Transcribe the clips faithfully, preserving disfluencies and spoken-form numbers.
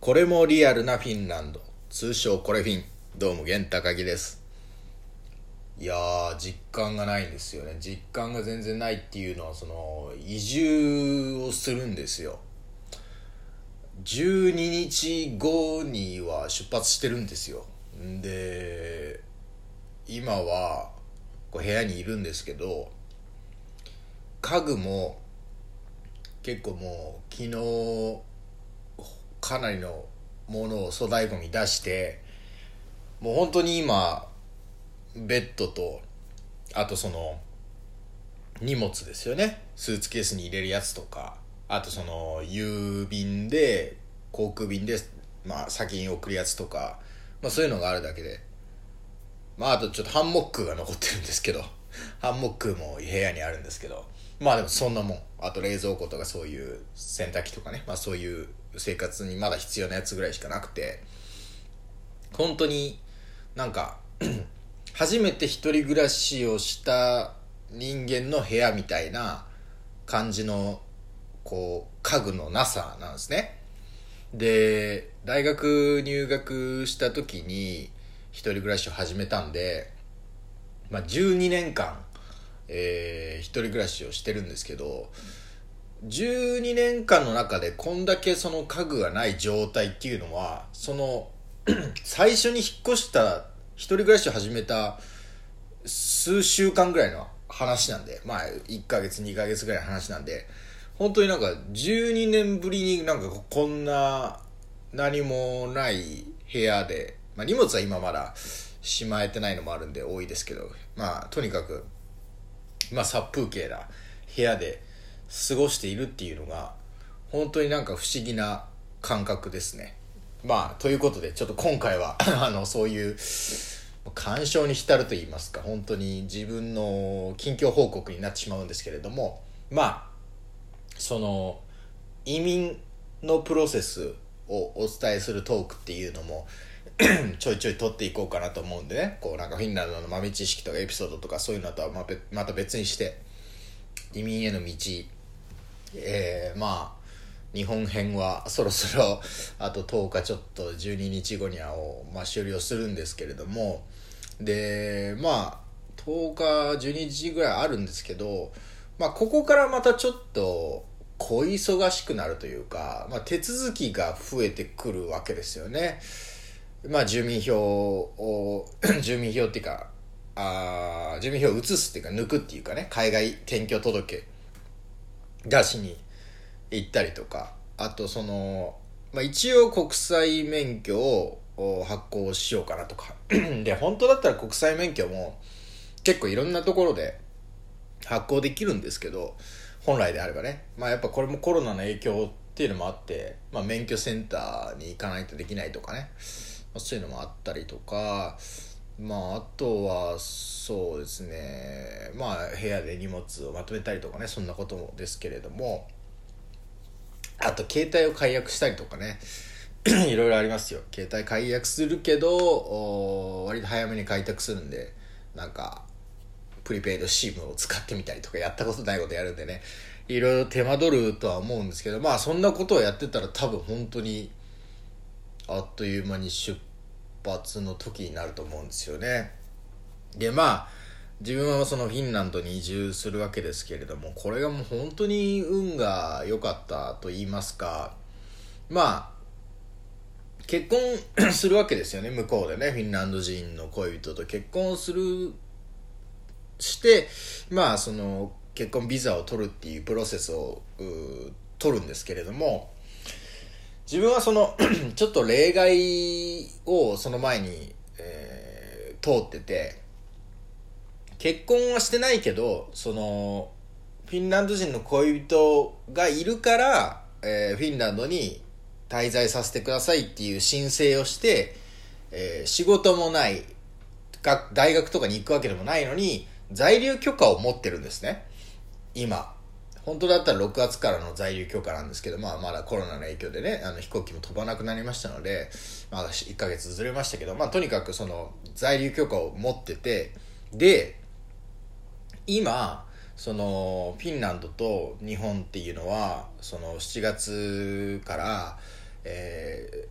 これもリアルなフィンランド、通称これフィン。どうも源高木です。いやー実感がないんですよね。実感が全然ないっていうのは、その移住をするんですよ。じゅうににちごには出発してるんですよ。で今はこう部屋にいるんですけど、家具も結構もう昨日かなりのものを粗大ごみ出して、もう本当に今ベッドと、あとその荷物ですよね、スーツケースに入れるやつとか、あとその郵便で航空便で、まあ、先に送るやつとか、まあ、そういうのがあるだけで、まああとちょっとハンモックが残ってるんですけど、ハンモックも部屋にあるんですけど、まあでもそんなもん。あと冷蔵庫とかそういう洗濯機とかね、まあそういう生活にまだ必要なやつぐらいしかなくて、本当になんか初めて一人暮らしをした人間の部屋みたいな感じのこう家具のなさなんですね。で大学入学した時に一人暮らしを始めたんで、まあ、じゅうにねんかん、えー、一人暮らしをしてるんですけど、じゅうにねんかんの中でこんだけその家具がない状態っていうのは、その最初に引っ越した一人暮らしを始めた数週間ぐらいの話なんで、まあいっかげつにかげつぐらいの話なんで、本当になんかじゅうにねんぶりになんかこんな何もない部屋で、まあ、荷物は今まだしまえてないのもあるんで多いですけど、まあとにかくまあ殺風景な部屋で過ごしているっていうのが本当になんか不思議な感覚ですね。まあということでちょっと今回はあのそういう感傷に浸ると言いますか、本当に自分の近況報告になってしまうんですけれども、まあその移民のプロセスをお伝えするトークっていうのもちょいちょい取っていこうかなと思うんでね、こうなんかフィンランドの豆知識とかエピソードとかそういうのとはまた別にして、移民への道、えー、まあ日本編はそろそろあととおかちょっとじゅうににちごにはを、まあ、終了するんですけれども、でまあとおかじゅうににちぐらいあるんですけど、まあここからまたちょっと小忙しくなるというか、まあ、手続きが増えてくるわけですよね。まあ住民票を住民票っていうかあ住民票を移すっていうか抜くっていうかね、海外転居届出しに行ったりとか、あとその、まあ、一応国際免許を発行しようかなとかで、本当だったら国際免許も結構いろんなところで発行できるんですけど、本来であればね、まあやっぱこれもコロナの影響っていうのもあって、まあ、免許センターに行かないとできないとかね、まあ、そういうのもあったりとか、まああとはそうですね、まあ部屋で荷物をまとめたりとかね、そんなこともですけれども、あと携帯を解約したりとかねいろいろありますよ。携帯解約するけど割と早めに開拓するんで、なんかプリペイド SIM を使ってみたりとか、やったことないことやるんでね、いろいろ手間取るとは思うんですけど、まあそんなことをやってたら多分本当にあっという間に出発の時になると思うんですよね。でまあ自分はそのフィンランドに移住するわけですけれども、これがもう本当に運が良かったと言いますか、まあ結婚するわけですよね、向こうでね。フィンランド人の恋人と結婚するして、まあその結婚ビザを取るっていうプロセスを取るんですけれども、自分はそのちょっと例外をその前に、えー、通ってて、結婚はしてないけど、そのフィンランド人の恋人がいるから、えー、フィンランドに滞在させてくださいっていう申請をして、えー、仕事もない大学とかに行くわけでもないのに在留許可を持ってるんですね。今本当だったらろくがつからの在留許可なんですけど、まあ、まだコロナの影響でね、あの飛行機も飛ばなくなりましたので、まあ、いっかげつずれましたけど、まあ、とにかくその在留許可を持ってて、で今そのフィンランドと日本っていうのはそのしちがつから、え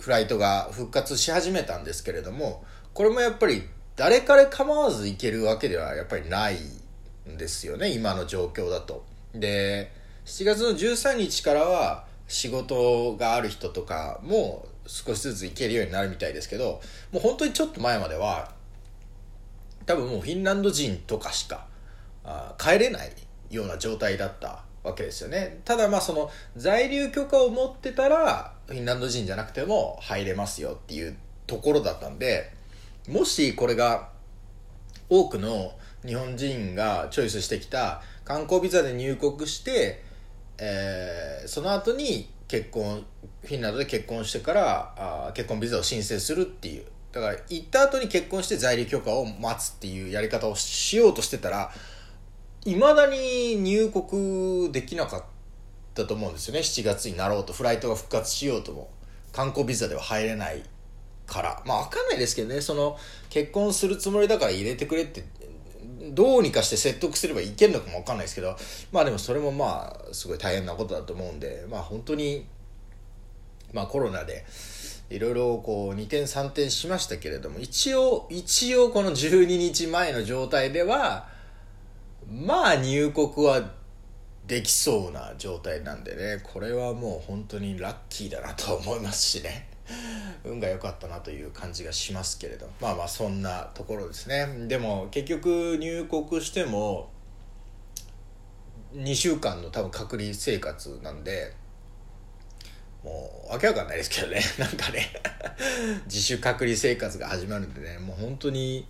フライトが復活し始めたんですけれども、これもやっぱり誰彼構わず行けるわけではやっぱりないんですよね、今の状況だと。でしちがつのじゅうさんにちからは仕事がある人とかも少しずつ行けるようになるみたいですけど、もう本当にちょっと前までは多分もうフィンランド人とかしかあ帰れないような状態だったわけですよね。ただまあその在留許可を持ってたらフィンランド人じゃなくても入れますよっていうところだったんで、もしこれが多くの日本人がチョイスしてきた観光ビザで入国して、えー、その後に結婚フィンランドで結婚してからあ結婚ビザを申請するっていう、だから行った後に結婚して在留許可を待つっていうやり方をしようとしてたらいまだに入国できなかったと思うんですよね。しちがつになろうとフライトが復活しようとも観光ビザでは入れないから、まあ分かんないですけどね、その結婚するつもりだから入れてくれってどうにかして説得すればいけるのかも分かんないですけど、まあでもそれもまあすごい大変なことだと思うんで、まあ本当にまあコロナでいろいろこうに転さん転しましたけれども、一応一応このじゅうににちまえの状態ではまあ入国はできそうな状態なんでね、これはもう本当にラッキーだなと思いますしね、運が良かったなという感じがしますけれど、まあまあそんなところですね。でも結局入国してもにしゅうかんの多分隔離生活なんで、もうわけわかんないですけどねなんかね自主隔離生活が始まるんでね、もう本当に、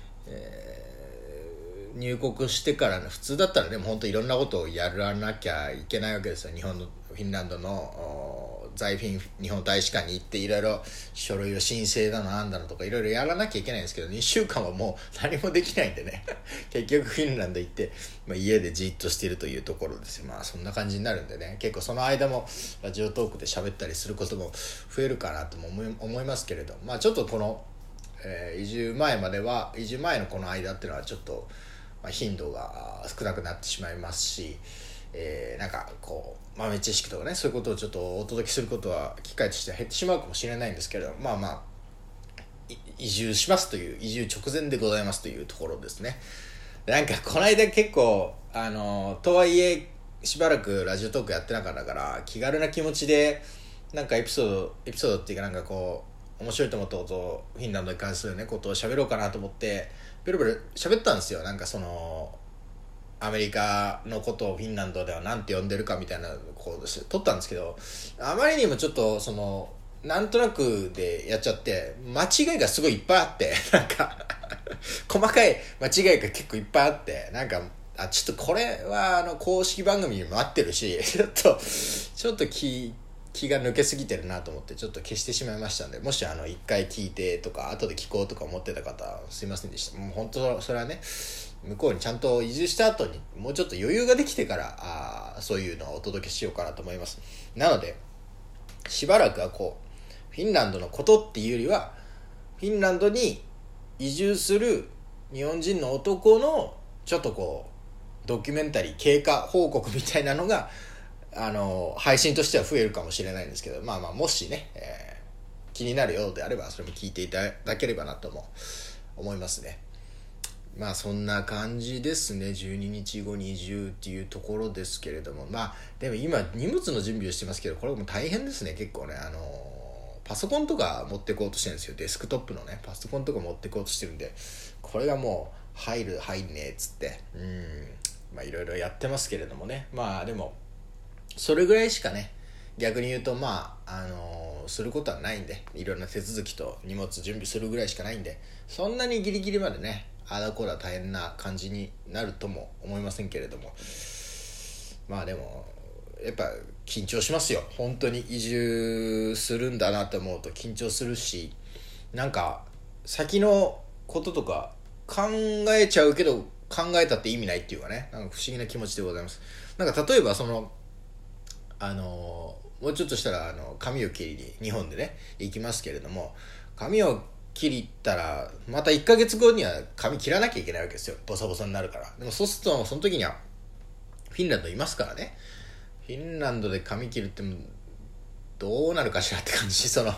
えー、入国してからね、普通だったらねもう本当いろんなことをやらなきゃいけないわけですよ。日本のフィンランドの在フィン日本大使館に行っていろいろ書類を申請だのなんだのとかいろいろやらなきゃいけないんですけど、にしゅうかんはもう何もできないんでね結局フィンランド行って、まあ、家でじっとしているというところですよ。まあそんな感じになるんでね、結構その間もラジオトークで喋ったりすることも増えるかなとも思い、思いますけれど、まあちょっとこの、えー、移住前までは移住前のこの間っていうのはちょっと、まあ、頻度が少なくなってしまいますし、えー、なんかこう豆知識とかね、そういうことをちょっとお届けすることは機会としては減ってしまうかもしれないんですけれど、まあまあ移住しますという、移住直前でございますというところですね。なんかこの間結構あのとはいえしばらくラジオトークやってなかったから気軽な気持ちでなんかエピソードエピソードっていうかなんかこう面白いと思ったことをフィンランドに関するねことを喋ろうかなと思ってベロベロ喋ったんですよ。なんかそのアメリカのことをフィンランドでは何て呼んでるかみたいなこう撮ったんですけど、あまりにもちょっとそのなんとなくでやっちゃって間違いがすごいいっぱいあってなんか細かい間違いが結構いっぱいあって、なんかあちょっとこれはあの公式番組にも合ってるしちょっとちょっと気気が抜けすぎてるなと思ってちょっと消してしまいましたんで、もしあの一回聞いてとか後で聞こうとか思ってた方すいませんでした。もう本当それはね向こうにちゃんと移住した後にもうちょっと余裕ができてからあそういうのをお届けしようかなと思います。なのでしばらくはこうフィンランドのことっていうよりはフィンランドに移住する日本人の男のちょっとこうドキュメンタリー経過報告みたいなのがあの配信としては増えるかもしれないんですけど、まあまあもしね、えー、気になるようであればそれも聞いていただければなとも思いますね。まあそんな感じですね。じゅうににちごに移住っていうところですけれども、まあでも今荷物の準備をしてますけどこれも大変ですね。結構ねあのパソコンとか持ってこうとしてるんですよ。デスクトップのねパソコンとか持ってこうとしてるんでこれがもう入る入んねえっつってうんまあいろいろやってますけれどもね。まあでもそれぐらいしかね逆に言うとまああのー、することはないんで、いろんな手続きと荷物準備するぐらいしかないんでそんなにギリギリまでねあだこだ大変な感じになるとも思いませんけれども、まあでもやっぱ緊張しますよ。本当に移住するんだなと思うと緊張するし、なんか先のこととか考えちゃうけど考えたって意味ないっていうかね、なんか不思議な気持ちでございます。なんか例えばそのあのもうちょっとしたらあの髪を切りに日本でね行きますけれども、髪を切りったらまたいっかげつごには髪切らなきゃいけないわけですよ。ボサボサになるから。でもそうするとその時にはフィンランドいますからね。フィンランドで髪切るってどうなるかしらって感じ。その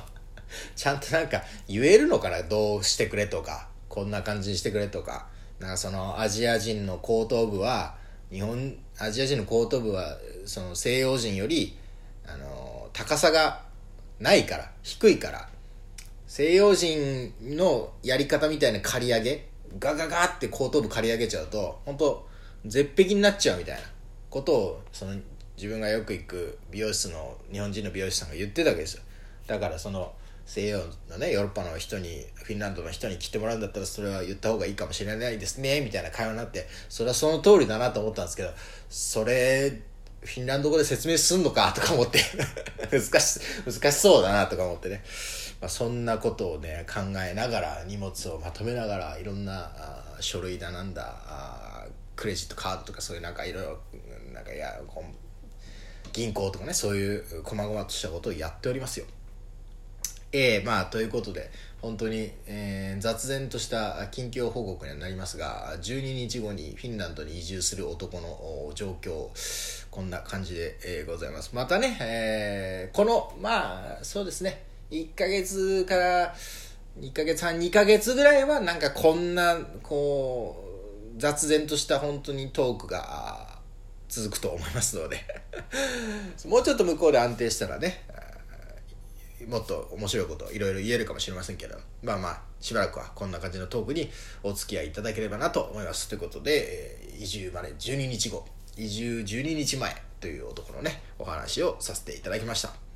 ちゃんとなんか言えるのかな、どうしてくれとか、こんな感じにしてくれとか。なんかそのアジア人の後頭部は日本アジア人の後頭部はその西洋人よりあの高さがないから、低いから、西洋人のやり方みたいな刈り上げ、ガガガって後頭部刈り上げちゃうと本当絶壁になっちゃうみたいなことを、その自分がよく行く美容室の日本人の美容師さんが言ってたわけですよ。だからその西洋のね、ヨーロッパの人に、フィンランドの人に来てもらうんだったらそれは言った方がいいかもしれないですねみたいな会話になって、それはその通りだなと思ったんですけど、それフィンランド語で説明すんのかとか思って難し難しそうだなとか思ってね、まあ、そんなことをね考えながら、荷物をまとめながら、いろんな書類だなんだ、あクレジットカードとかそういうなんかいろいろなんか、いや銀行とかね、そういう細々としたことをやっておりますよ。えー、まあということで本当に、えー、雑然とした近況報告にはなりますが、じゅうににちごにフィンランドに移住する男の状況、こんな感じで、えー、ございます。またね、えー、このまあそうですね、いっかげつからいっかげつはんにかげつぐらいはなんかこんなこう雑然とした本当にトークが続くと思いますのでもうちょっと向こうで安定したらね、もっと面白いこといろいろ言えるかもしれませんけど、まあまあしばらくはこんな感じのトークにお付き合いいただければなと思います。ということで、移住までじゅうににちご、移住じゅうににちまえという男のねお話をさせていただきました。